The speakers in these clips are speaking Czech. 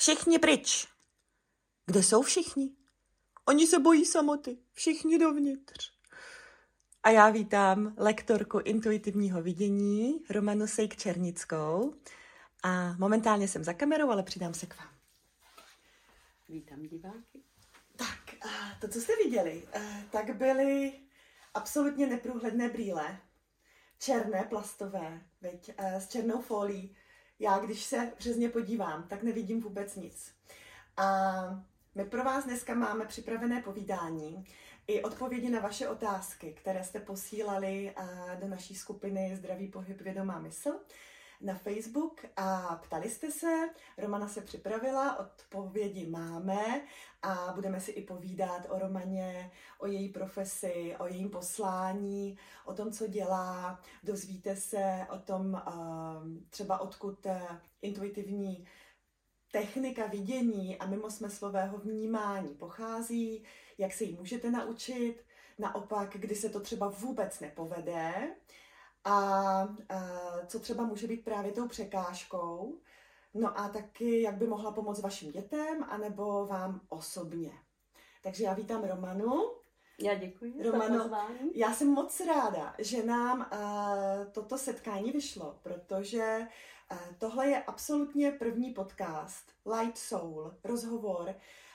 Všichni pryč. Kde jsou všichni? Oni se bojí samoty. Všichni dovnitř. A já vítám lektorku intuitivního vidění Romanu Sejk-Černickou. A momentálně jsem za kamerou, ale přidám se k vám. Vítám diváky. Tak, to, co jste viděli, tak byly absolutně neprůhledné brýle. Černé, plastové, veď, s černou fólií. Já, když se přesně podívám, tak nevidím vůbec nic. A my pro vás dneska máme připravené povídání i odpovědi na vaše otázky, které jste posílali do naší skupiny Zdravý pohyb, vědomá mysl na Facebook a ptali jste se, Romana se připravila, odpovědi máme a budeme si i povídat o Romaně, o její profesi, o jejím poslání, o tom, co dělá, dozvíte se o tom třeba odkud intuitivní technika vidění a mimosmyslového vnímání pochází, jak se ji můžete naučit, naopak, kdy se to třeba vůbec nepovede, a co třeba může být právě tou překážkou, no a taky, jak by mohla pomoct vašim dětem, anebo vám osobně. Takže já vítám Romanu. Já děkuji za pozvání. Já jsem moc ráda, že nám toto setkání vyšlo, protože tohle je absolutně první podcast, Light Soul, rozhovor,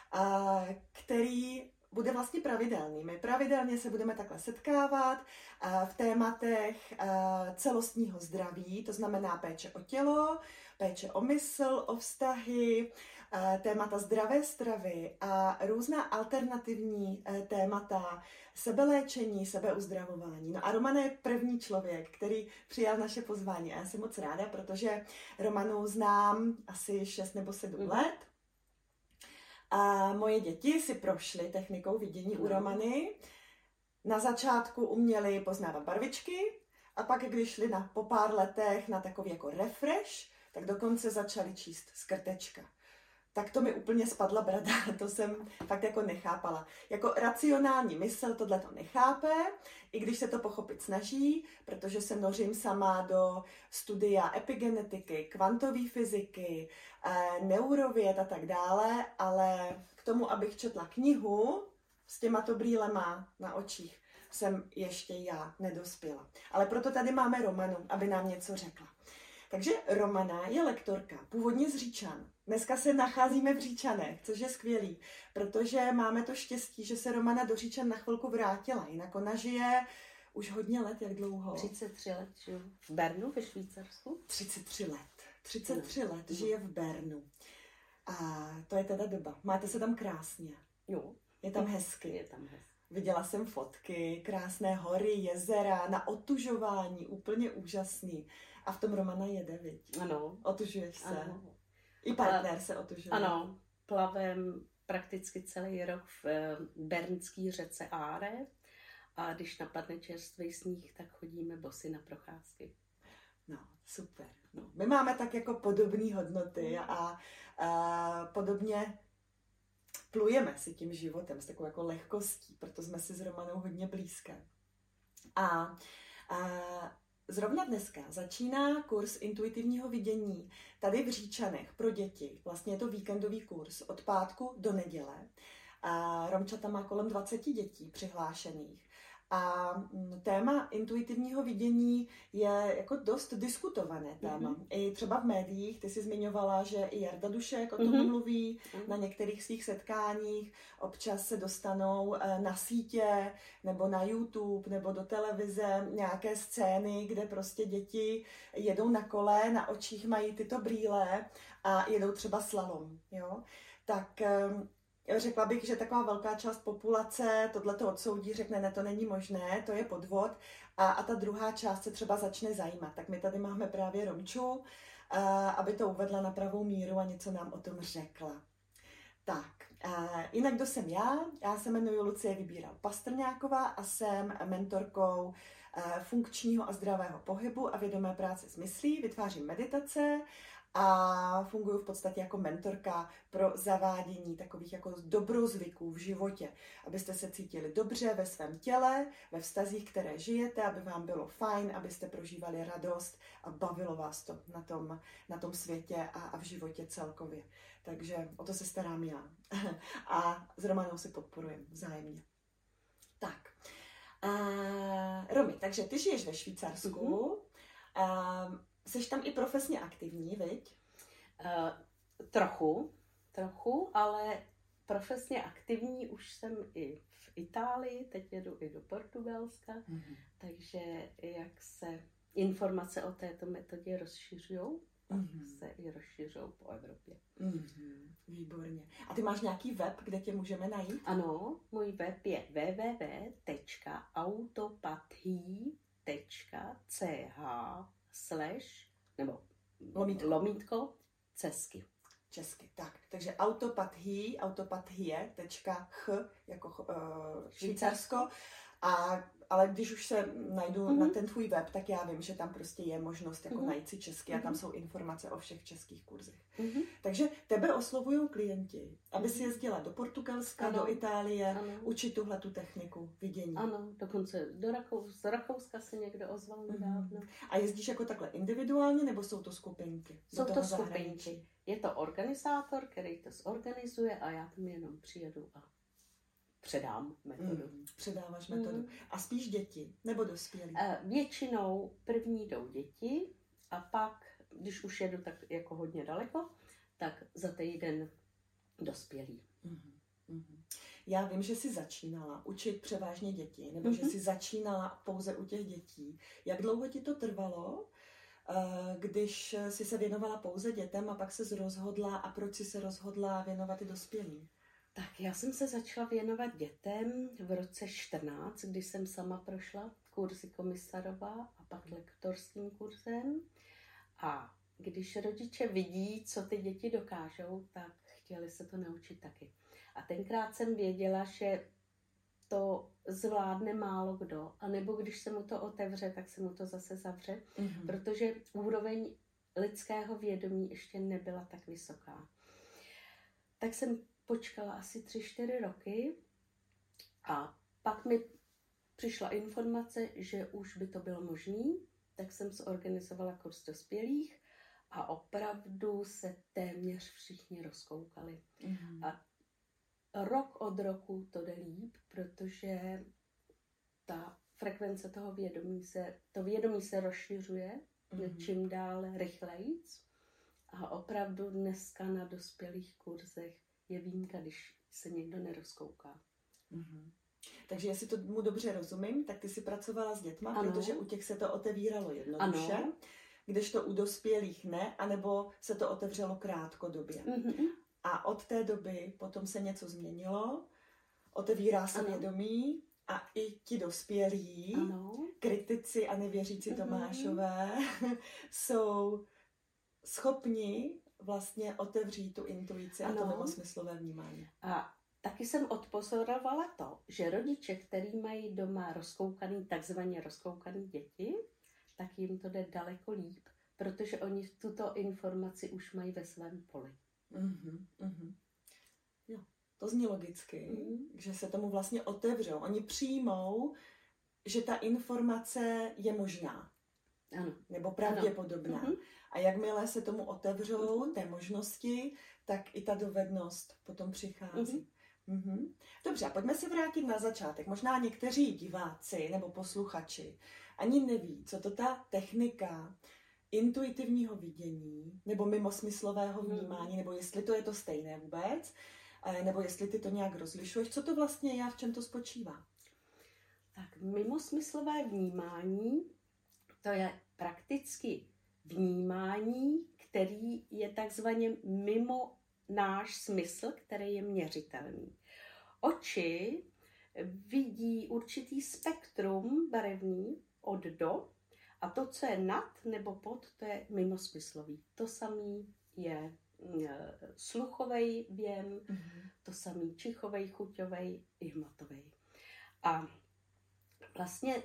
který bude vlastně pravidelný. My pravidelně se budeme takhle setkávat v tématech celostního zdraví, to znamená péče o tělo, péče o mysl, o vztahy, témata zdravé stravy a různá alternativní témata sebeléčení, sebeuzdravování. No a Romana je první člověk, který přijal naše pozvání a já jsem moc ráda, protože Romanu znám asi 6 nebo 7 let. A moje děti si prošly technikou vidění u Romany. Na začátku uměli poznávat barvičky a pak, když šli po pár letech na takový jako refresh, tak dokonce začali číst z krtečka. Tak to mi úplně spadla brada, to jsem fakt jako nechápala. Jako racionální mysl tohle to nechápe, i když se to pochopit snaží, protože se nořím sama do studia epigenetiky, kvantové fyziky, neurověd a tak dále, ale k tomu, abych četla knihu s těmato brýlema na očích, jsem ještě já nedospěla. Ale proto tady máme Romanu, aby nám něco řekla. Takže Romana je lektorka, původně z Říčan. Dneska se nacházíme v Říčanech, což je skvělý, protože máme to štěstí, že se Romana do Říčan na chvilku vrátila. Jinak ona žije už hodně let, jak dlouho? 33 let žiju v Bernu ve Švýcarsku. 33 let. 33 let žije v Bernu. A to je teda doba. Máte se tam krásně. Jo. Je tam hezky. Je tam hezky. Viděla jsem fotky, krásné hory, jezera, na otužování, úplně úžasný. A v tom Romana jede, viď? Ano. Otužuješ se. Ano. I partner se otužuje. Ano, plavem prakticky celý rok v bernské řece Áre a když napadne čerstvý sníh, tak chodíme bosy na procházky. No, super. No, my máme tak jako podobné hodnoty a podobně plujeme si tím životem s takovou jako lehkostí, proto jsme si s Romanou hodně blízké. A zrovna dneska začíná kurz intuitivního vidění tady v Říčanech pro děti. Vlastně je to víkendový kurz od pátku do neděle. Romčata má kolem 20 dětí přihlášených. A téma intuitivního vidění je jako dost diskutované téma. I třeba v médiích, ty jsi zmiňovala, že i Jarda Dušek o tom mluví na některých svých setkáních. Občas se dostanou na sítě nebo na YouTube nebo do televize nějaké scény, kde prostě děti jedou na kole, na očích mají tyto brýle a jedou třeba slalom. Jo? Tak řekla bych, že taková velká část populace tohleto odsoudí, řekne, ne, to není možné, to je podvod a ta druhá část se třeba začne zajímat. Tak my tady máme právě Romču, aby to uvedla na pravou míru a něco nám o tom řekla. Tak, jinak kdo jsem já? Já se jmenuji Lucie Vybíral Pastrňáková a jsem mentorkou funkčního a zdravého pohybu a vědomé práce s myslí, vytvářím meditace a funguji v podstatě jako mentorka pro zavádění takových jako dobrozvyků v životě, abyste se cítili dobře ve svém těle, ve vztazích, které žijete, aby vám bylo fajn, abyste prožívali radost a bavilo vás to na tom světě a v životě celkově. Takže o to se starám já. A s Romanou si podporujeme vzájemně. Tak. Romi, takže ty žiješ ve Švýcarsku. Jsi tam i profesně aktivní, viď? Trochu, ale profesně aktivní už jsem i v Itálii, teď jedu i do Portugalska, takže jak se informace o této metodě rozšiřují, tak se i rozšiřují po Evropě. Výborně. A ty máš nějaký web, kde tě můžeme najít? Ano, můj web je www.autopathie.ch nebo lomítko česky. Tak, takže autopathie.ch jako Švýcarsko. Ale když už se najdu na ten tvůj web, tak já vím, že tam prostě je možnost jako najít si česky a tam jsou informace o všech českých kurzech. Takže tebe oslovují klienti, aby si jezdila do Portugalska, do Itálie, učit tuhle tu techniku vidění. Ano, dokonce z Rakouska se někdo ozval nedávno. A jezdíš jako takhle individuálně, nebo jsou to skupinky? Jsou to skupinky. Je to organizátor, který to zorganizuje a já tam jenom přijedu a předám metodu. Předáváš metodu. A spíš děti nebo dospělí? Většinou první jdou děti a pak, když už jedu tak jako hodně daleko, tak za týden dospělí. Já vím, že jsi začínala učit převážně děti, nebo že jsi začínala pouze u těch dětí. Jak dlouho ti to trvalo, když jsi se věnovala pouze dětem a pak se rozhodla a proč jsi se rozhodla věnovat i dospělým? Tak já jsem se začala věnovat dětem v roce 14, kdy jsem sama prošla kurzy komisarová a pak lektorským kurzem. A když rodiče vidí, co ty děti dokážou, tak chtěli se to naučit taky. A tenkrát jsem věděla, že to zvládne málo kdo, anebo když se mu to otevře, tak se mu to zase zavře, protože úroveň lidského vědomí ještě nebyla tak vysoká. Tak jsem počkala asi 3-4 roky a pak mi přišla informace, že už by to bylo možné, tak jsem zorganizovala kurz dospělých a opravdu se téměř všichni rozkoukali. A rok od roku to jde líp, protože ta frekvence toho vědomí se rozšiřuje čím dál rychlejc a opravdu dneska na dospělých kurzech je výjimka, když se někdo nerozkouká. Takže jestli to mu dobře rozumím, tak ty jsi pracovala s dětma, protože u těch se to otevíralo jednoduše, kdežto u dospělých ne, anebo se to otevřelo krátkodobě. A od té doby potom se něco změnilo, otevírá se vědomí a i ti dospělí, kritici a nevěřící Tomášové jsou schopni vlastně otevřít tu intuici a to mimosmyslové vnímání. A taky jsem odpozorovala to, že rodiče, který mají doma takzvaně rozkoukaný děti, tak jim to jde daleko líp, protože oni tuto informaci už mají ve svém poli. Jo, to zní logicky, že se tomu vlastně otevřou. Oni přijmou, že ta informace je možná. Nebo pravděpodobná. A jakmile se tomu otevřou té možnosti, tak i ta dovednost potom přichází. Dobře, a pojďme se vrátit na začátek. Možná někteří diváci nebo posluchači ani neví, co to ta technika intuitivního vidění nebo mimosmyslového vnímání, nebo jestli to je to stejné vůbec, nebo jestli ty to nějak rozlišuješ. Co to vlastně je a v čem to spočívá? Tak mimosmyslové vnímání, to je prakticky vnímání, který je takzvaně mimo náš smysl, který je měřitelný. Oči vidí určitý spektrum barevný od do a to, co je nad nebo pod, to je mimosmyslový. To samý je sluchovej věm, to samý čichovej, chuťovej i hmatovej. A vlastně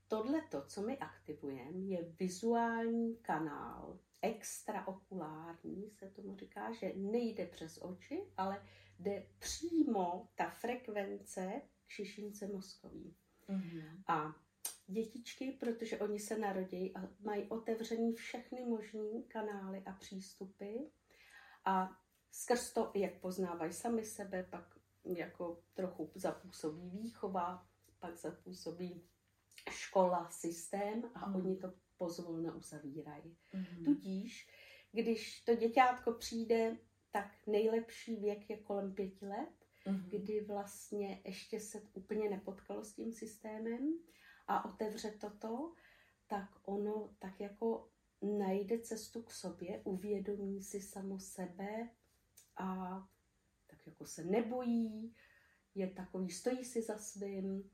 tohleto, co my aktivujeme, je vizuální kanál, extraokulární, se tomu říká, že nejde přes oči, ale jde přímo ta frekvence k šišince mozkový. A dětičky, protože oni se narodí a mají otevřený všechny možný kanály a přístupy a skrz to, jak poznávají sami sebe, pak jako trochu zapůsobí výchova, pak zapůsobí škola, systém a oni to pozvolna uzavírají. Tudíž, když to děťátko přijde, tak nejlepší věk je kolem 5 let, kdy vlastně ještě se úplně nepotkalo s tím systémem a otevře toto, tak ono tak jako najde cestu k sobě, uvědomí si samo sebe a tak jako se nebojí, je takový, stojí si za svým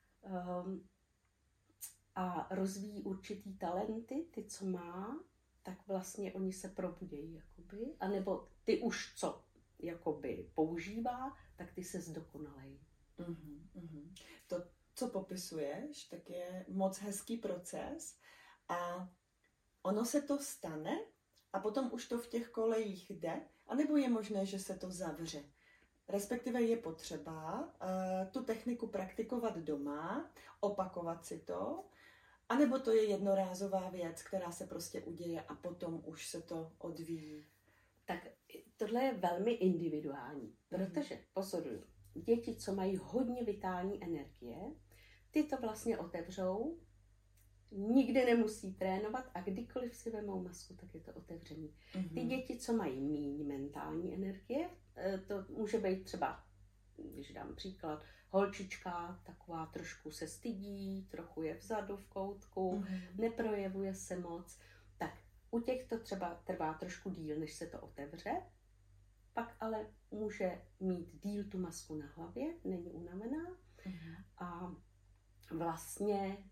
a rozvíjí určitý talenty, ty, co má, tak vlastně oni se probudějí, jakoby, anebo ty už, co jakoby používá, tak ty se zdokonalejí. To, co popisuješ, tak je moc hezký proces a ono se to stane a potom už to v těch kolejích jde, anebo je možné, že se to zavře. Respektive je potřeba tu techniku praktikovat doma, opakovat si to, anebo to je jednorázová věc, která se prostě uděje a potom už se to odvíjí. Tak tohle je velmi individuální, protože pozoruju, děti, co mají hodně vitální energie, ty to vlastně otevřou, nikdy nemusí trénovat a kdykoliv si vemou masku, tak je to otevřený. Ty děti, co mají míň mentální energie, to může být třeba, když dám příklad, holčička, taková trošku se stydí, trochu je vzadu v koutku, neprojevuje se moc, tak u těch to třeba trvá trošku díl, než se to otevře, pak ale může mít díl tu masku na hlavě, není unavená a vlastně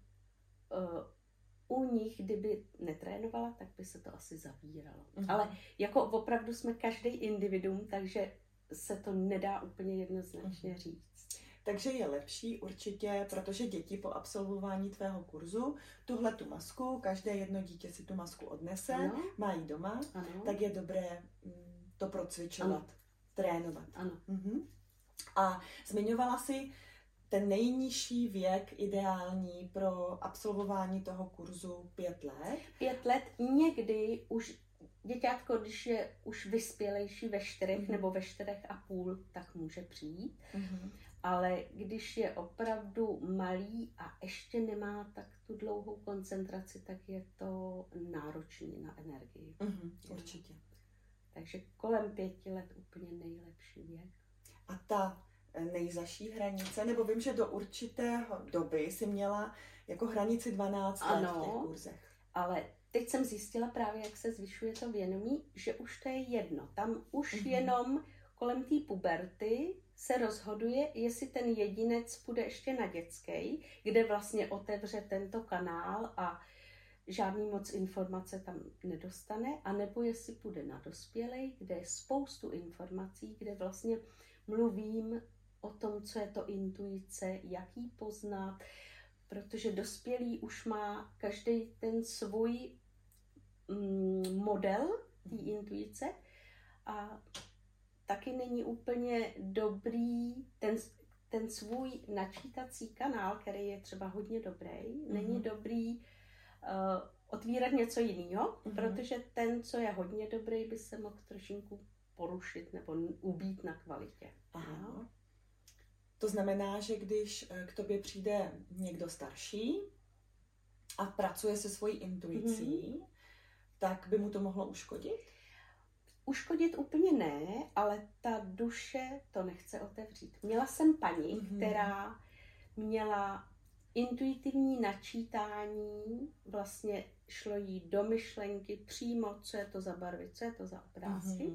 u nich, kdyby netrénovala, tak by se to asi zavíralo. Ale jako opravdu jsme každý individuum, takže se to nedá úplně jednoznačně říct. Takže je lepší určitě, protože děti po absolvování tvého kurzu tuhle tu masku, každé jedno dítě si tu masku odnese, má ji doma, tak je dobré to procvičovat, trénovat. A zmiňovala si ten nejnižší věk ideální pro absolvování toho kurzu 5 let. 5 let, někdy už děťátko, když je už vyspělejší ve 4 nebo ve 4,5, tak může přijít. Ale když je opravdu malý a ještě nemá tak tu dlouhou koncentraci, tak je to náročný na energii. Určitě. Takže kolem 5 let úplně nejlepší věk. A ta nejzaší hranice, nebo vím, že do určitého doby si měla jako hranici 12 let v těch kurzech. Ale teď jsem zjistila právě, jak se zvyšuje to vědomí, že už to je jedno. Tam už jenom kolem té puberty se rozhoduje, jestli ten jedinec půjde ještě na dětský, kde vlastně otevře tento kanál a žádný moc informace tam nedostane, anebo jestli půjde na dospělej, kde je spoustu informací, kde vlastně mluvím o tom, co je to intuice, jak ji poznat, protože dospělý už má každý ten svůj model té intuice a taky není úplně dobrý ten svůj načítací kanál, který je třeba hodně dobrý, není dobrý otvírat něco jiného, protože ten, co je hodně dobrý, by se mohl trošinku porušit nebo ubít na kvalitě. To znamená, že když k tobě přijde někdo starší a pracuje se svojí intuicí, tak by mu to mohlo uškodit? Uškodit úplně ne, ale ta duše to nechce otevřít. Měla jsem paní, která měla intuitivní načítání, vlastně šlo jí do myšlenky přímo, co je to za barvy, co je to za obrázky,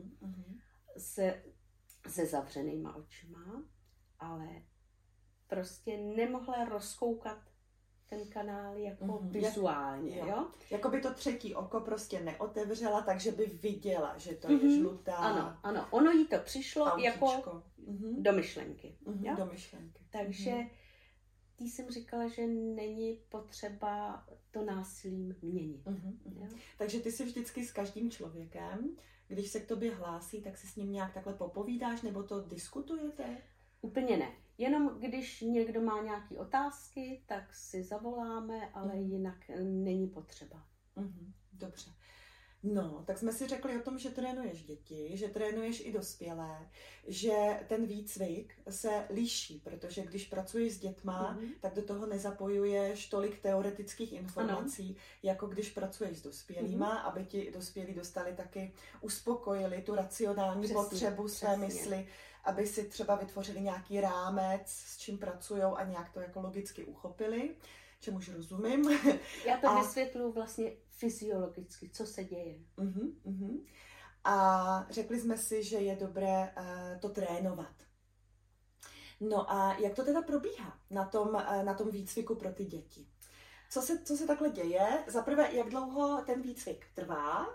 se zavřenýma očima, ale prostě nemohla rozkoukat ten kanál jako vizuálně. Jo? Jako by to třetí oko prostě neotevřela, takže by viděla, že to je žlutá. Ano, ono jí to přišlo autičko. jako do myšlenky. Do myšlenky. Takže tý jsem říkala, že není potřeba to násilím měnit. Jo? Takže ty si vždycky s každým člověkem, když se k tobě hlásí, tak si s ním nějak takhle popovídáš, nebo to diskutujete? Úplně ne. Jenom když někdo má nějaké otázky, tak si zavoláme, ale jinak není potřeba. Dobře. No, tak jsme si řekli o tom, že trénuješ děti, že trénuješ i dospělé, že ten výcvik se liší, protože když pracuješ s dětma, tak do toho nezapojuješ tolik teoretických informací, jako když pracuješ s dospělýma, aby ti dospělí dostali taky, uspokojili tu racionální potřebu své mysli, aby si třeba vytvořili nějaký rámec, s čím pracujou a nějak to jako logicky uchopili, čemuž rozumím. Já to vysvětluji vlastně fyziologicky, co se děje. A řekli jsme si, že je dobré to trénovat. No a jak to teda probíhá na tom výcviku pro ty děti? Co se takhle děje? Za prvé, jak dlouho ten výcvik trvá?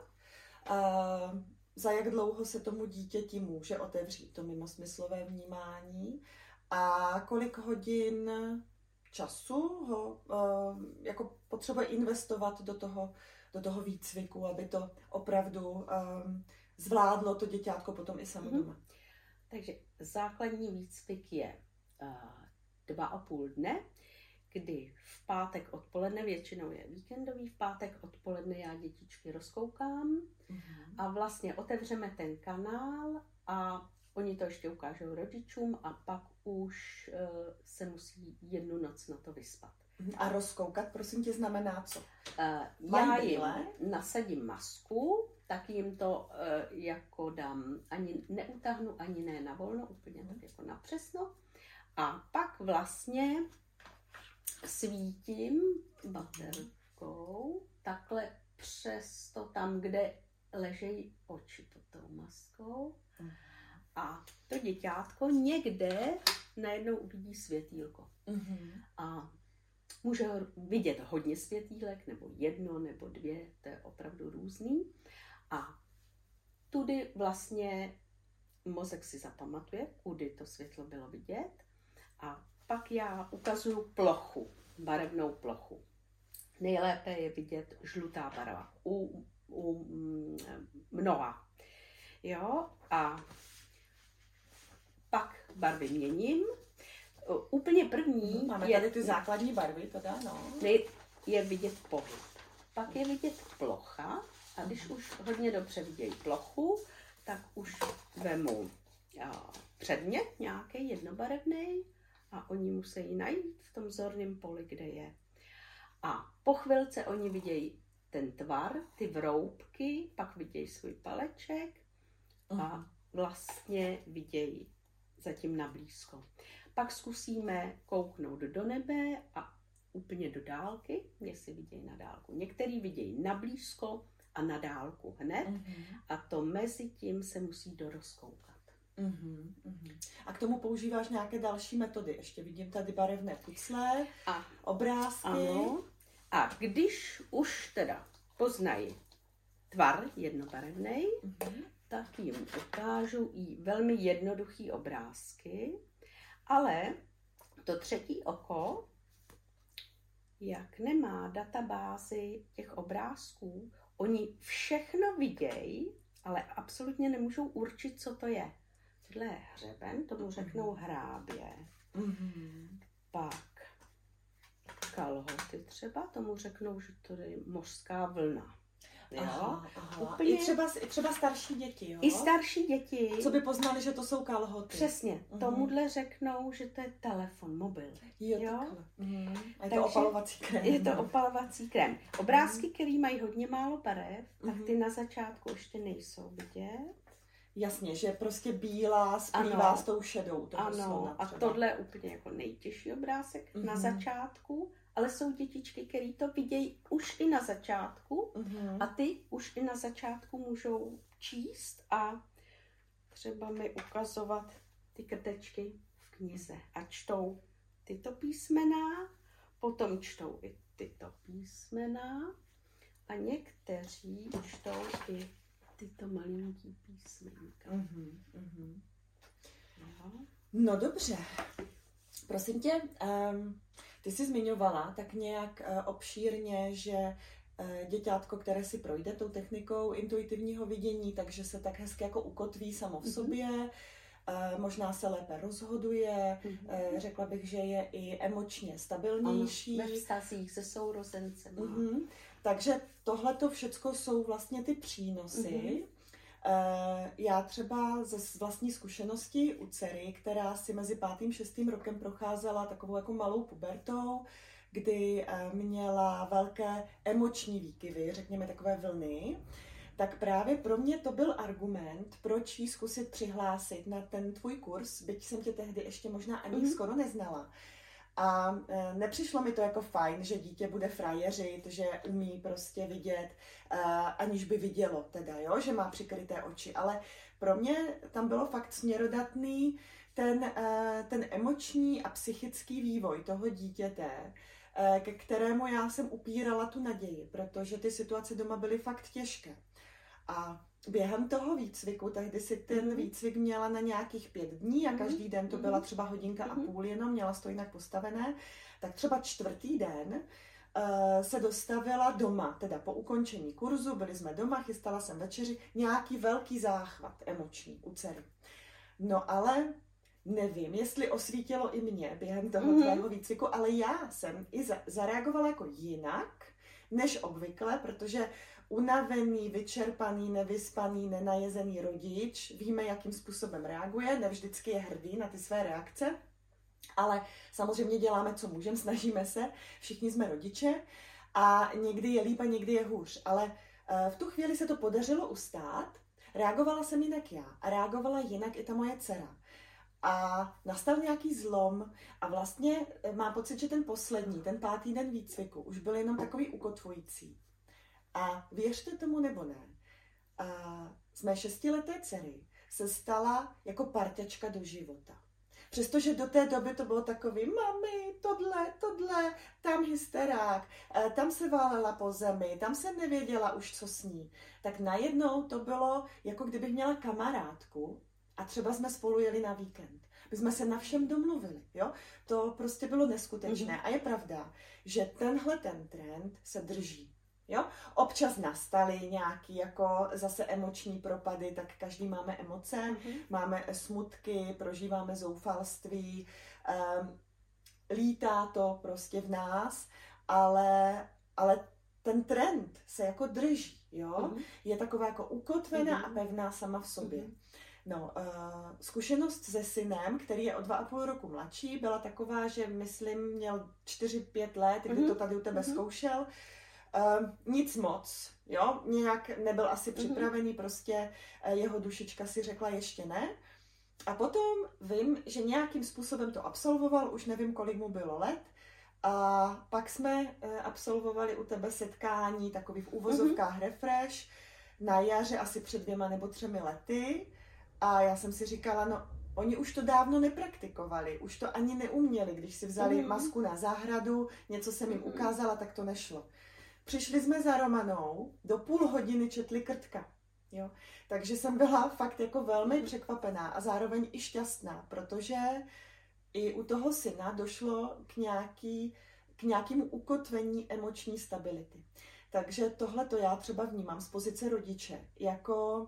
Za jak dlouho se tomu dítěti může otevřít to mimosmyslové vnímání? A kolik hodin času ho jako potřebuje investovat do toho výcviku, aby to opravdu zvládlo to děťátko potom i samo doma. Takže základní výcvik je 2,5 dne, kdy v pátek odpoledne, většinou je víkendový, v pátek odpoledne já dětičky rozkoukám a vlastně otevřeme ten kanál a oni to ještě ukážou rodičům a pak už se musí jednu noc na to vyspat. A rozkoukat, prosím tě, znamená co? Já jim nasadím masku, tak jim to jako dám, ani neutahnu, ani ne na volno, úplně tak jako napřesno. A pak vlastně svítím baterkou takhle přes to tam, kde ležejí oči pod tou maskou. A to děťátko někde najednou uvidí světýlko. A může vidět hodně světýlek, nebo 1, nebo 2, to je opravdu různý. A tudy vlastně mozek si zapamatuje, kudy to světlo bylo vidět. A pak já ukazuju plochu, barevnou plochu. Nejlépe je vidět žlutá barva u mnoha. Jo, a pak barvy měním. Úplně první máme tady ty základní barvy, teda, no. Je vidět pohyb. Pak je vidět plocha a když už hodně dobře vidějí plochu, tak už vemu předmět nějaký jednobarevný a oni musí najít v tom zorném poli, kde je. A po chvilce oni vidějí ten tvar, ty vroubky, pak vidějí svůj paleček a vlastně vidějí zatím na blízko. Pak zkusíme kouknout do nebe a úplně do dálky, jestli vidějí na dálku. Některý vidějí na blízko a na dálku hned a to mezi tím se musí dorozkoukat. A k tomu používáš nějaké další metody? Ještě vidím tady barevné pucle, obrázky. Ano. A když už teda poznají tvar jednobarevný, tak jim ukážu i velmi jednoduchý obrázky, ale to třetí oko, jak nemá databázi těch obrázků, oni všechno vidějí, ale absolutně nemůžou určit, co to je. Tohle je hřeben, tomu řeknou hrábě. Pak kalhoty třeba, tomu řeknou, že to je mořská vlna. Aha. Úplně... I třeba starší děti, jo? I starší děti. Co by poznali, že to jsou kalhoty. Přesně. Tomuhle řeknou, že to je telefon, mobil. Jo? A je to opalovací krém. Je to opalovací krém. Obrázky, které mají hodně málo barev, tak ty na začátku ještě nejsou vidět. Jasně, že prostě bílá splývá s tou šedou. Ano, a tohle je úplně jako nejtěžší obrázek na začátku. Ale jsou dětičky, které to vidějí už i na začátku a ty už i na začátku můžou číst a třeba mi ukazovat ty krtečky v knize a čtou tyto písmena, potom čtou i tyto písmena a někteří čtou i tyto malinký písmenka. No dobře. Prosím tě, Ty jsi zmiňovala tak nějak obšírně, že děťátko, které si projde tou technikou intuitivního vidění, takže se tak hezky jako ukotví samo v sobě, možná se lépe rozhoduje, řekla bych, že je i emočně stabilnější. Ano, ve vztazích se sourozencem. Takže tohleto všecko jsou vlastně ty přínosy. Já třeba ze vlastní zkušenosti u dcery, která si mezi 5. a 6. rokem procházela takovou jako malou pubertou, kdy měla velké emoční výkyvy, řekněme takové vlny, tak právě pro mě to byl argument, proč jí zkusit přihlásit na ten tvůj kurz, byť jsem tě tehdy ještě možná ani skoro neznala. A nepřišlo mi to jako fajn, že dítě bude frajeřit, že umí prostě vidět, aniž by vidělo teda, jo, že má přikryté oči. Ale pro mě tam bylo fakt směrodatný ten emoční a psychický vývoj toho dítěte, ke kterému já jsem upírala tu naději, protože ty situace doma byly fakt těžké. A během toho výcviku, tehdy si ten výcvik měla na nějakých 5 dní a každý den to byla třeba 1,5 hodiny jenom, měla to jinak postavené, tak třeba 4. den se dostavila doma, teda po ukončení kurzu, byli jsme doma, chystala jsem večeři, nějaký velký záchvat emoční u dcery. No ale nevím, jestli osvítilo i mě během toho tvého výcviku, ale já jsem i zareagovala jako jinak, než obvykle, protože unavený, vyčerpaný, nevyspaný, nenajezený rodič, víme, jakým způsobem reaguje, ne vždycky je hrdý na ty své reakce, ale samozřejmě děláme, co můžeme, snažíme se, všichni jsme rodiče a někdy je líp a někdy je hůř, ale v tu chvíli se to podařilo ustát, reagovala jsem jinak já a reagovala jinak i ta moje dcera. A nastal nějaký zlom a vlastně mám pocit, že ten poslední, ten 5. den výcviku už byl jenom takový ukotvující. A věřte tomu nebo ne, z mé 6leté dcery se stala jako parťačka do života. Přestože do té doby to bylo takový, mami, tohle, tam hysterák, tam se válela po zemi, tam jsem nevěděla už, co s ní. Tak najednou to bylo, jako kdybych měla kamarádku a třeba jsme spolu jeli na víkend. My jsme se na všem domluvili, jo? To prostě bylo neskutečné. A je pravda, že tenhle ten trend se drží. Jo? Občas nastaly nějaký jako zase emoční propady, tak každý máme emoce, máme smutky, prožíváme zoufalství, lítá to prostě v nás, ale ten trend se jako drží, jo? Je taková jako ukotvená a pevná sama v sobě. No, zkušenost se synem, který je o 2,5 roku mladší, byla taková, že myslím měl 4-5 let, kdy to tady u tebe zkoušel. Nic moc, jo, nějak nebyl asi připravený, prostě jeho dušička si řekla ještě ne. A potom vím, že nějakým způsobem to absolvoval, už nevím, kolik mu bylo let. A pak jsme absolvovali u tebe setkání, takový v úvozovkách refresh, na jaře asi před 2 nebo 3 lety. A já jsem si říkala, no, oni už to dávno nepraktikovali, už to ani neuměli, když si vzali masku na zahradu, něco jsem jim ukázala, tak to nešlo. Přišli jsme za Romanou, do půl hodiny četli Krtka. Jo? Takže jsem byla fakt jako velmi překvapená a zároveň i šťastná, protože i u toho syna došlo k nějakému ukotvení emoční stability. Takže tohle to já třeba vnímám z pozice rodiče jako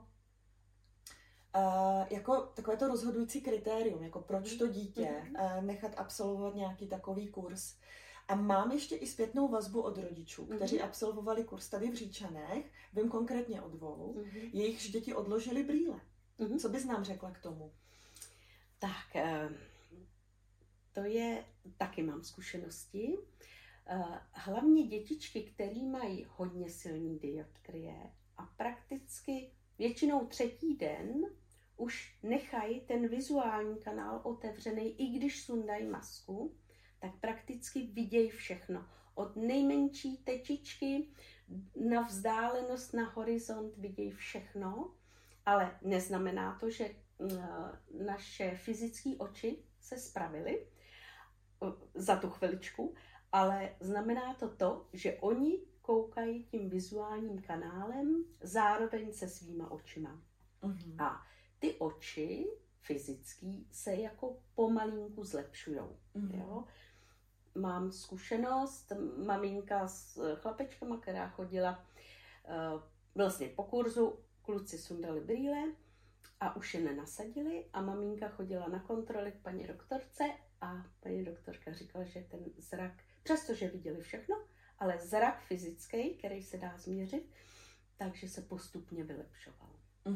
takové to rozhodující kritérium, jako proč to dítě nechat absolvovat nějaký takový kurz. A mám ještě i zpětnou vazbu od rodičů, kteří absolvovali kurz tady v Říčanech, vím konkrétně o 2, jejichž děti odložili brýle. Co bys nám řekla k tomu? Tak, to je, taky mám zkušenosti. Hlavně dětičky, které mají hodně silný dioptrie a prakticky většinou 3. den už nechají ten vizuální kanál otevřený, i když sundají masku, tak prakticky vidějí všechno. Od nejmenší tečičky na vzdálenost, na horizont vidějí všechno, ale neznamená to, že naše fyzické oči se spravily za tu chviličku, ale znamená to, že oni koukají tím vizuálním kanálem zároveň se svýma očima. A ty oči fyzický se jako pomalinku zlepšujou. Jo? mám zkušenost, maminka s chlapečkama, která chodila vlastně po kurzu, kluci sundali brýle a už je nenasadili a maminka chodila na kontroly k paní doktorce a paní doktorka říkala, že ten zrak, přestože viděli všechno, ale zrak fyzický, který se dá změřit, takže se postupně vylepšoval.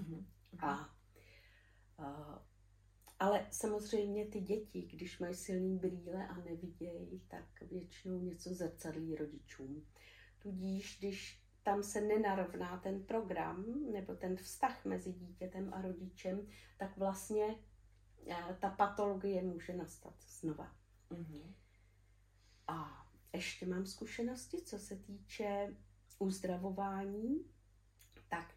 Ale samozřejmě ty děti, když mají silný brýle a nevidějí, tak většinou něco zrcadlí rodičům. Tudíž, když tam se nenarovná ten program nebo ten vztah mezi dítětem a rodičem, tak vlastně ta patologie může nastat znova. A ještě mám zkušenosti, co se týče uzdravování, tak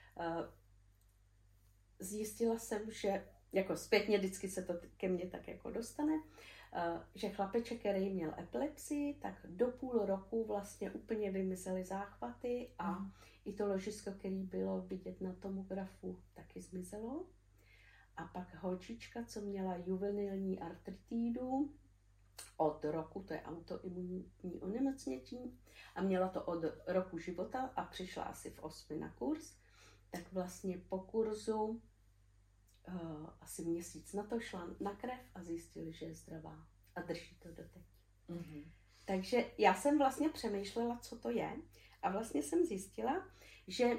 zjistila jsem, že jako zpětně vždycky se to ke mně tak jako dostane, že chlapeček, který měl epilepsii, tak do půl roku vlastně úplně vymizely záchvaty a i to ložisko, který bylo vidět na tomografu, taky zmizelo. A pak holčička, co měla juvenilní artritídu od roku, to je autoimunní onemocnění, a měla to od roku života a přišla asi v 8 na kurz, tak vlastně po kurzu asi měsíc na to šla na krev a zjistili, že je zdravá a drží to doteď. Takže já jsem vlastně přemýšlela, co to je a vlastně jsem zjistila, že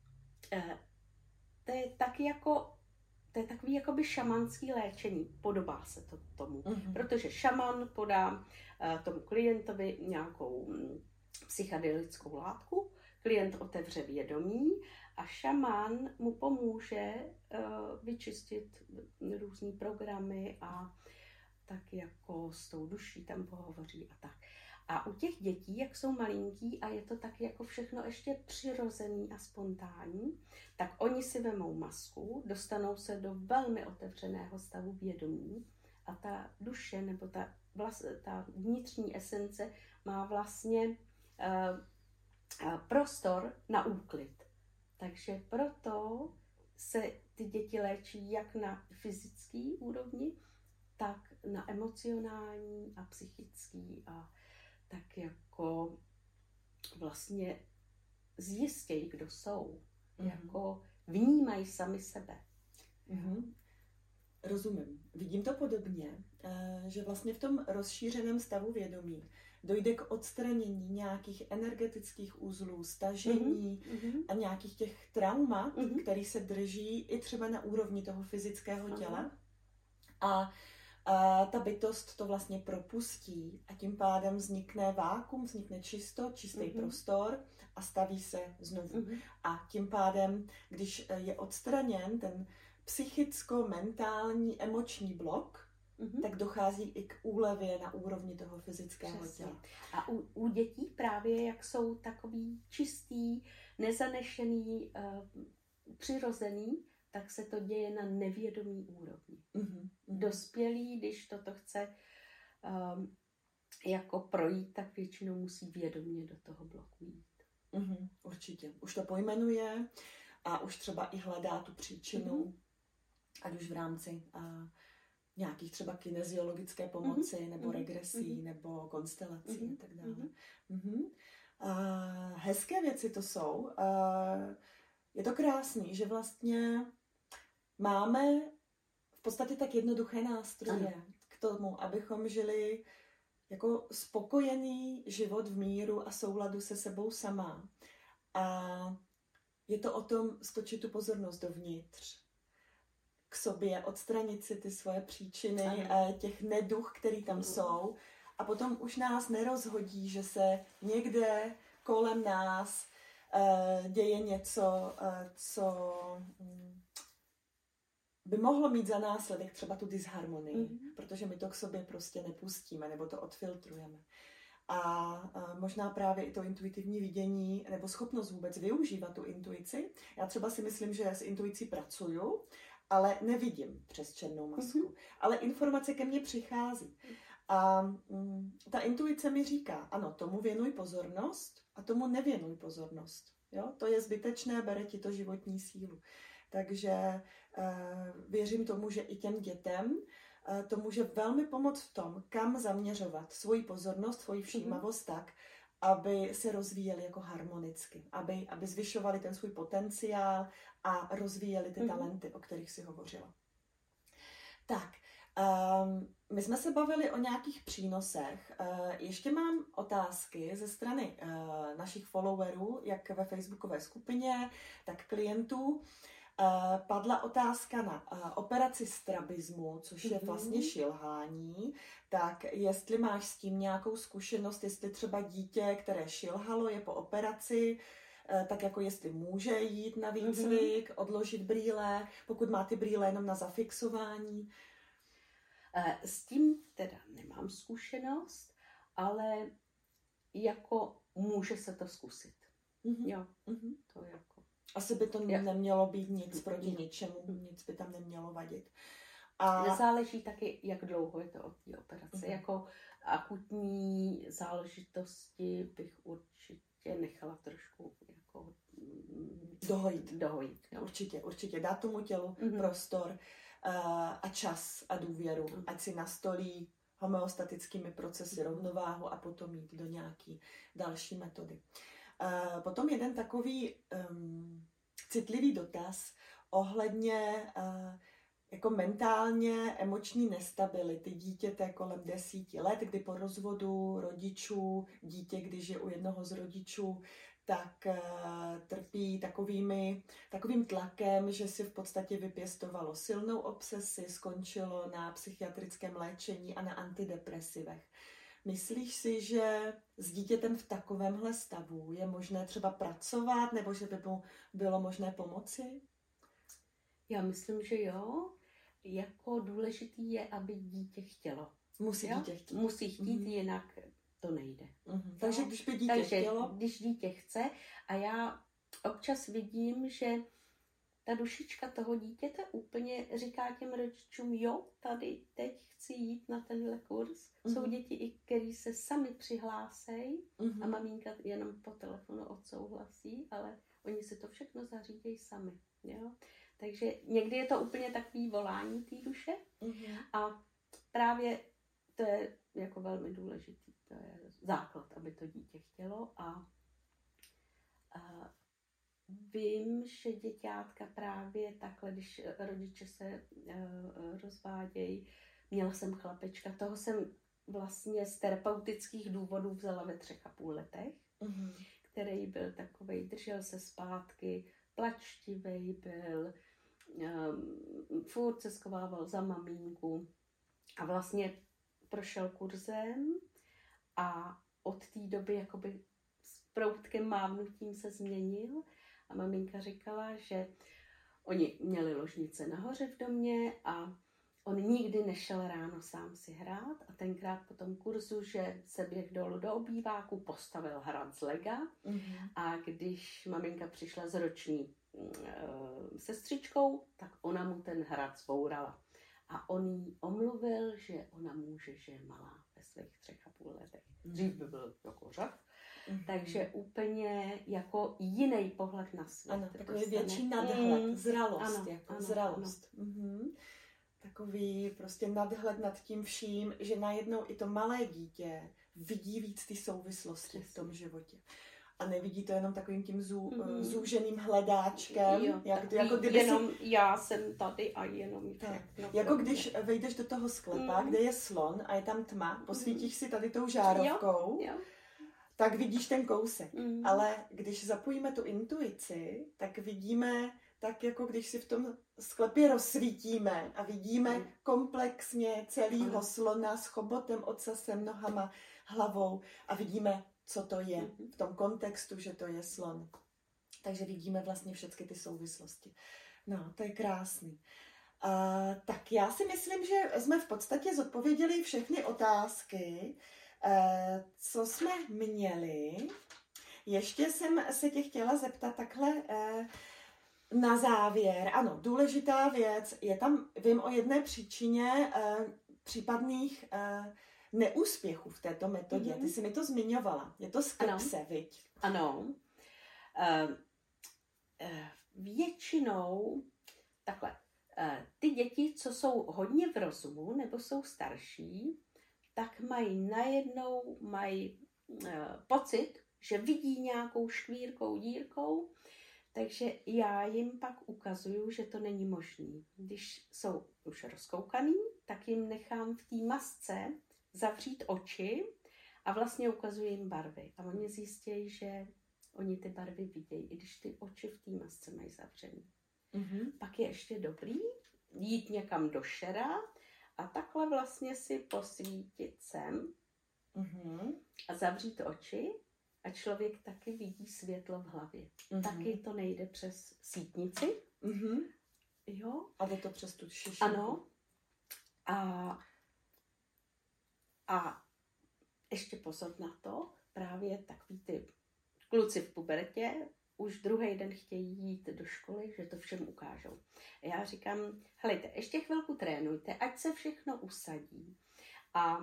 to je taky jako to je takový jakoby šamanský léčení, podobá se to tomu, protože šaman podá tomu klientovi nějakou psychedelickou látku, klient otevře vědomí a šaman mu pomůže vyčistit různý programy a tak jako s tou duší tam pohovoří a tak. A u těch dětí, jak jsou malinký a je to tak jako všechno ještě přirozený a spontánní, tak oni si vemou masku, dostanou se do velmi otevřeného stavu vědomí a ta duše nebo ta vnitřní esence má vlastně prostor na úklid. Takže proto se ty děti léčí jak na fyzický úrovni, tak na emocionální a psychický a tak jako vlastně zjistějí, kdo jsou. Jako vnímají sami sebe. Rozumím. Vidím to podobně, že vlastně v tom rozšířeném stavu vědomí dojde k odstranění nějakých energetických uzlů, stažení a nějakých těch traumat, které se drží i třeba na úrovni toho fyzického těla. A ta bytost to vlastně propustí a tím pádem vznikne vákuum, vznikne čistý prostor a staví se znovu. A tím pádem, když je odstraněn ten psychicko-mentální emoční blok, tak dochází i k úlevě na úrovni toho fyzického těla. A u dětí právě, jak jsou takový čistý, nezanešený, přirozený, tak se to děje na nevědomý úrovni. Dospělý, když toto chce jako projít, tak většinou musí vědomě do toho bloku jít. Určitě. Už to pojmenuje a už třeba i hledá tu příčinu, ať už v rámci nějakých třeba kineziologické pomoci, nebo regresí, nebo konstelací a tak dále. Hezké věci to jsou. Je to krásný, že vlastně máme v podstatě tak jednoduché nástroje k tomu, abychom žili jako spokojený život v míru a souladu se sebou sama. A je to o tom stočit tu pozornost dovnitř, k sobě, odstranit si ty svoje příčiny, těch neduch, který tam jsou. A potom už nás nerozhodí, že se někde kolem nás děje něco, co by mohlo mít za následek třeba tu disharmonii, protože my to k sobě prostě nepustíme, nebo to odfiltrujeme. A možná právě i to intuitivní vidění, nebo schopnost vůbec využívat tu intuici. Já třeba si myslím, že s intuicí pracuju, ale nevidím přes černou masku. Ale informace ke mně přichází. A ta intuice mi říká, ano, tomu věnuj pozornost a tomu nevěnuj pozornost. Jo? To je zbytečné, bere ti to životní sílu. Takže věřím tomu, že i těm dětem to může velmi pomoct v tom, kam zaměřovat svoji pozornost, svoji všímavost tak, aby se rozvíjeli jako harmonicky, aby zvyšovali ten svůj potenciál a rozvíjeli ty talenty, o kterých si hovořila. Tak, my jsme se bavili o nějakých přínosech. Ještě mám otázky ze strany našich followerů, jak ve facebookové skupině, tak klientů. Padla otázka na operaci strabismu, což je vlastně šilhání. Tak jestli máš s tím nějakou zkušenost, jestli třeba dítě, které šilhalo, je po operaci, tak jako jestli může jít na výcvik, odložit brýle, pokud má ty brýle jenom na zafixování. S tím teda nemám zkušenost, ale jako může se to zkusit. Jo, to jako. Asi by to nemělo být nic proti ničemu, nic by tam nemělo vadit. A záleží taky, jak dlouho je to od té operace. Jako akutní záležitosti bych určitě nechala trošku jako dojít. Jo. Určitě. Dát tomu tělu prostor a čas a důvěru, ať si nastolí homeostatickými procesy rovnováhu a potom jít do nějaký další metody. Potom jeden takový citlivý dotaz ohledně jako mentálně emoční nestability dítěte kolem 10 let, kdy po rozvodu rodičů, dítě, když je u jednoho z rodičů, tak trpí takovým tlakem, že si v podstatě vypěstovalo silnou obsesi, skončilo na psychiatrickém léčení a na antidepresivech. Myslíš si, že s dítětem v takovémhle stavu je možné třeba pracovat, nebo že by mu bylo možné pomoci? Já myslím, že jo. Jako důležitý je, aby dítě chtělo. Musí chtít, jinak to nejde. Takže když by dítě chtělo? Když dítě chce a já občas vidím, že ta dušička toho dítěte úplně říká těm rodičům, jo, tady teď chci jít na tenhle kurz. Jsou děti, i který se sami přihlásejí a maminka jenom po telefonu odsouhlasí, ale oni si to všechno zařídějí sami. Jo? Takže někdy je to úplně takový volání té duše a právě to je jako velmi důležitý. To je základ, aby to dítě chtělo a vím, že děťátka právě takhle, když rodiče se rozvádějí, měla jsem chlapečka, toho jsem vlastně z terapeutických důvodů vzala ve 3,5 letech, který byl takovej, držel se zpátky, plačtivej byl, furt se schovával za maminku a vlastně prošel kurzem a od té doby jakoby s proutkem mávnutím se změnil a maminka říkala, že oni měli ložnice nahoře v domě a on nikdy nešel ráno sám si hrát a tenkrát po tom kurzu, že se běh dolů do obýváku, postavil hrad z lega a když maminka přišla s roční sestřičkou, tak ona mu ten hrad zbourala. A on jí omluvil, že ona může, že je malá ve svých 3,5 letech. Dřív by byl jako řad. Takže úplně jako jiný pohled na svět. Ano, takový větší nadhled, zralost. Takový prostě nadhled nad tím vším, že najednou i to malé dítě vidí víc ty souvislosti v tom životě. A nevidí to jenom takovým tím zúženým hledáčkem. Jo, jako kdyby jenom já jsem tady a jenom všechno. Jako když vejdeš do toho sklepa, kde je slon a je tam tma, posvítíš si tady tou žárovkou, tak vidíš ten kousek. Ale když zapojíme tu intuici, tak vidíme tak, jako když si v tom sklepě rozsvítíme a vidíme komplexně celýho slona s chobotem, ocasem, nohama, hlavou a vidíme, co to je v tom kontextu, že to je slon. Takže vidíme vlastně všechny ty souvislosti. No, to je krásný. Tak já si myslím, že jsme v podstatě zodpověděli všechny otázky, co jsme měli. Ještě jsem se tě chtěla zeptat takhle na závěr. Ano, důležitá věc. Je tam, vím o jedné příčině případných neúspěchů v této metodě. Ty jsi mi to zmiňovala. Je to skepse, viď? Ano. Většinou takhle. Ty děti, co jsou hodně v rozumu nebo jsou starší, tak mají najednou pocit, že vidí nějakou škvírkou, dírkou, takže já jim pak ukazuju, že to není možný. Když jsou už rozkoukaný, tak jim nechám v té masce zavřít oči a vlastně ukazuji jim barvy. A oni zjistí, že oni ty barvy vidějí, i když ty oči v té masce mají zavřený. Mm-hmm. Pak je ještě dobrý jít někam do šera a takhle vlastně si posvítit sem a zavřít oči a člověk taky vidí světlo v hlavě. Taky to nejde přes sítnici. Jo. A jde to přes tu šišinku. Ano. A ještě pozor na to, právě takový ty kluci v pubertě už druhý den chtějí jít do školy, že to všem ukážou. A já říkám, helejte, ještě chvilku trénujte, ať se všechno usadí a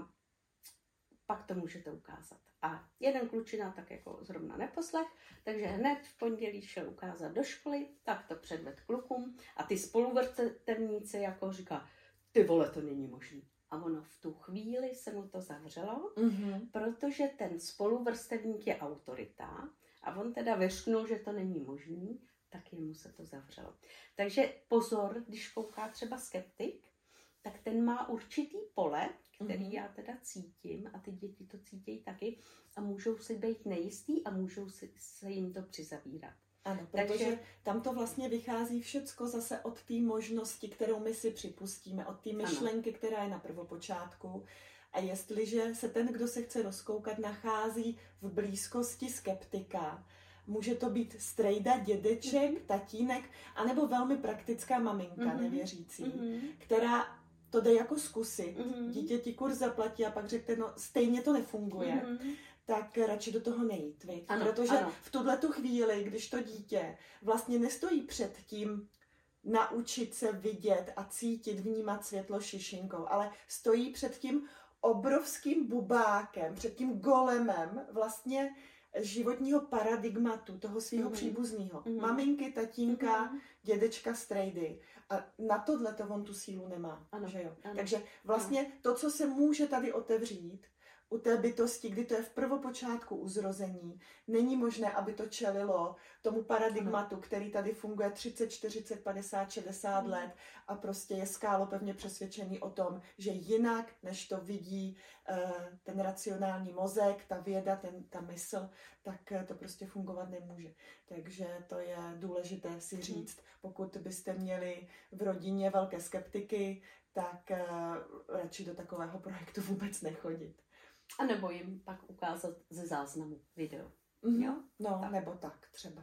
pak to můžete ukázat. A jeden klučina tak jako zrovna neposlech, takže hned v pondělí šel ukázat do školy, tak to předved klukům a ty spoluvrstevníci jako říká, ty vole, to není možný. A ono v tu chvíli se mu to zavřelo, protože ten spoluvrstevník je autorita a on teda vyřknul, že to není možný, tak jemu se to zavřelo. Takže pozor, když kouká třeba skeptik, tak ten má určitý pole, který já teda cítím a ty děti to cítí taky a můžou si být nejistý a můžou se jim to přizavírat. Ano, protože tam to vlastně vychází všecko zase od té možnosti, kterou my si připustíme, od té myšlenky, která je na prvopočátku. A jestliže se ten, kdo se chce rozkoukat, nachází v blízkosti skeptika, může to být strejda, dědeček, tatínek, anebo velmi praktická maminka nevěřící, která to jde jako zkusit. Dítěti kurz zaplatí a pak řekne, no stejně to nefunguje. Tak radši do toho nejít, viď? Protože v tuhletu chvíli, když to dítě vlastně nestojí před tím naučit se vidět a cítit, vnímat světlo šišinkou, ale stojí před tím obrovským bubákem, před tím golemem vlastně životního paradigmatu, toho svého příbuzného. Maminky, tatínka, dědečka, strejdy. A na tohle on tu sílu nemá. Že jo? Takže vlastně to, co se může tady otevřít, u té bytosti, kdy to je v prvopočátku uzrození, není možné, aby to čelilo tomu paradigmatu, který tady funguje 30, 40, 50, 60 let a prostě je skálopevně přesvědčený o tom, že jinak, než to vidí ten racionální mozek, ta věda, ta mysl, tak to prostě fungovat nemůže. Takže to je důležité si říct. Pokud byste měli v rodině velké skeptiky, tak radši do takového projektu vůbec nechodit. A nebo jim pak ukázat ze záznamu video. Jo? No, tak. Nebo tak třeba.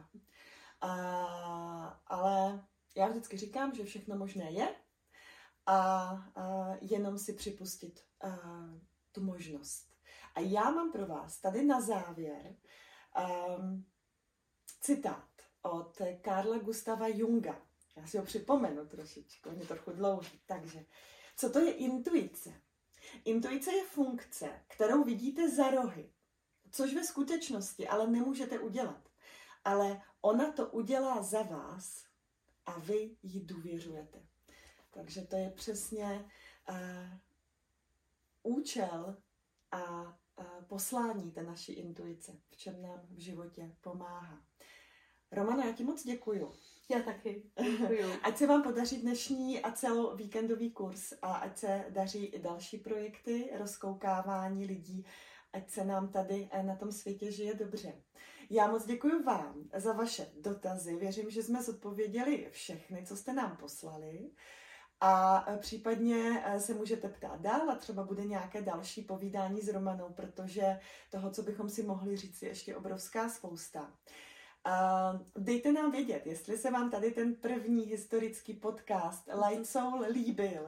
Ale já vždycky říkám, že všechno možné je a jenom si připustit tu možnost. A já mám pro vás tady na závěr citát od Carla Gustava Junga. Já si ho připomenu trošičku, on je trochu dlouhý. Takže, co to je intuice? Intuice je funkce, kterou vidíte za rohy, což ve skutečnosti ale nemůžete udělat. Ale ona to udělá za vás a vy jí důvěřujete. Takže to je přesně účel a poslání té naší intuice, v čem nám v životě pomáhá. Romano, já ti moc děkuju. Já taky. Děkuju. Ať se vám podaří dnešní a celou víkendový kurz a ať se daří i další projekty, rozkoukávání lidí, ať se nám tady na tom světě žije dobře. Já moc děkuju vám za vaše dotazy. Věřím, že jsme zodpověděli všechny, co jste nám poslali. A případně se můžete ptát dál a třeba bude nějaké další povídání s Romanou, protože toho, co bychom si mohli říct, je ještě obrovská spousta. Dejte nám vědět, jestli se vám tady ten první historický podcast Light Soul líbil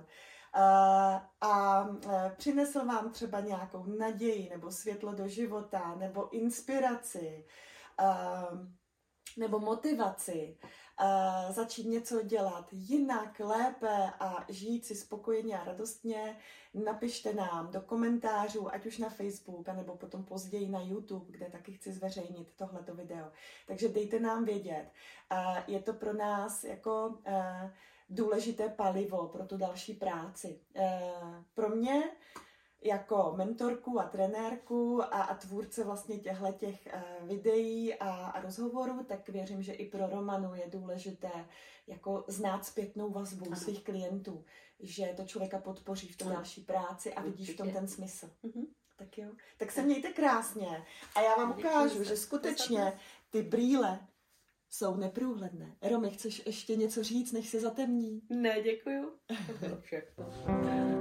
a přinesl vám třeba nějakou naději nebo světlo do života nebo inspiraci nebo motivaci začít něco dělat jinak, lépe a žít si spokojeně a radostně, napište nám do komentářů, ať už na Facebook, nebo potom později na YouTube, kde taky chci zveřejnit tohleto video. Takže dejte nám vědět. Je to pro nás jako důležité palivo pro tu další práci. Pro mě jako mentorku a trenérku a tvůrce vlastně těch videí a rozhovorů, tak věřím, že i pro Romanu je důležité jako znát zpětnou vazbu svých klientů, že to člověka podpoří v té další práci a vidíš v tom ten smysl. Tak jo. Tak se mějte krásně a já vám ukážu, že skutečně ty brýle jsou neprůhledné. Romy, chceš ještě něco říct, než se zatemní? Ne, děkuju. To bylo všechno.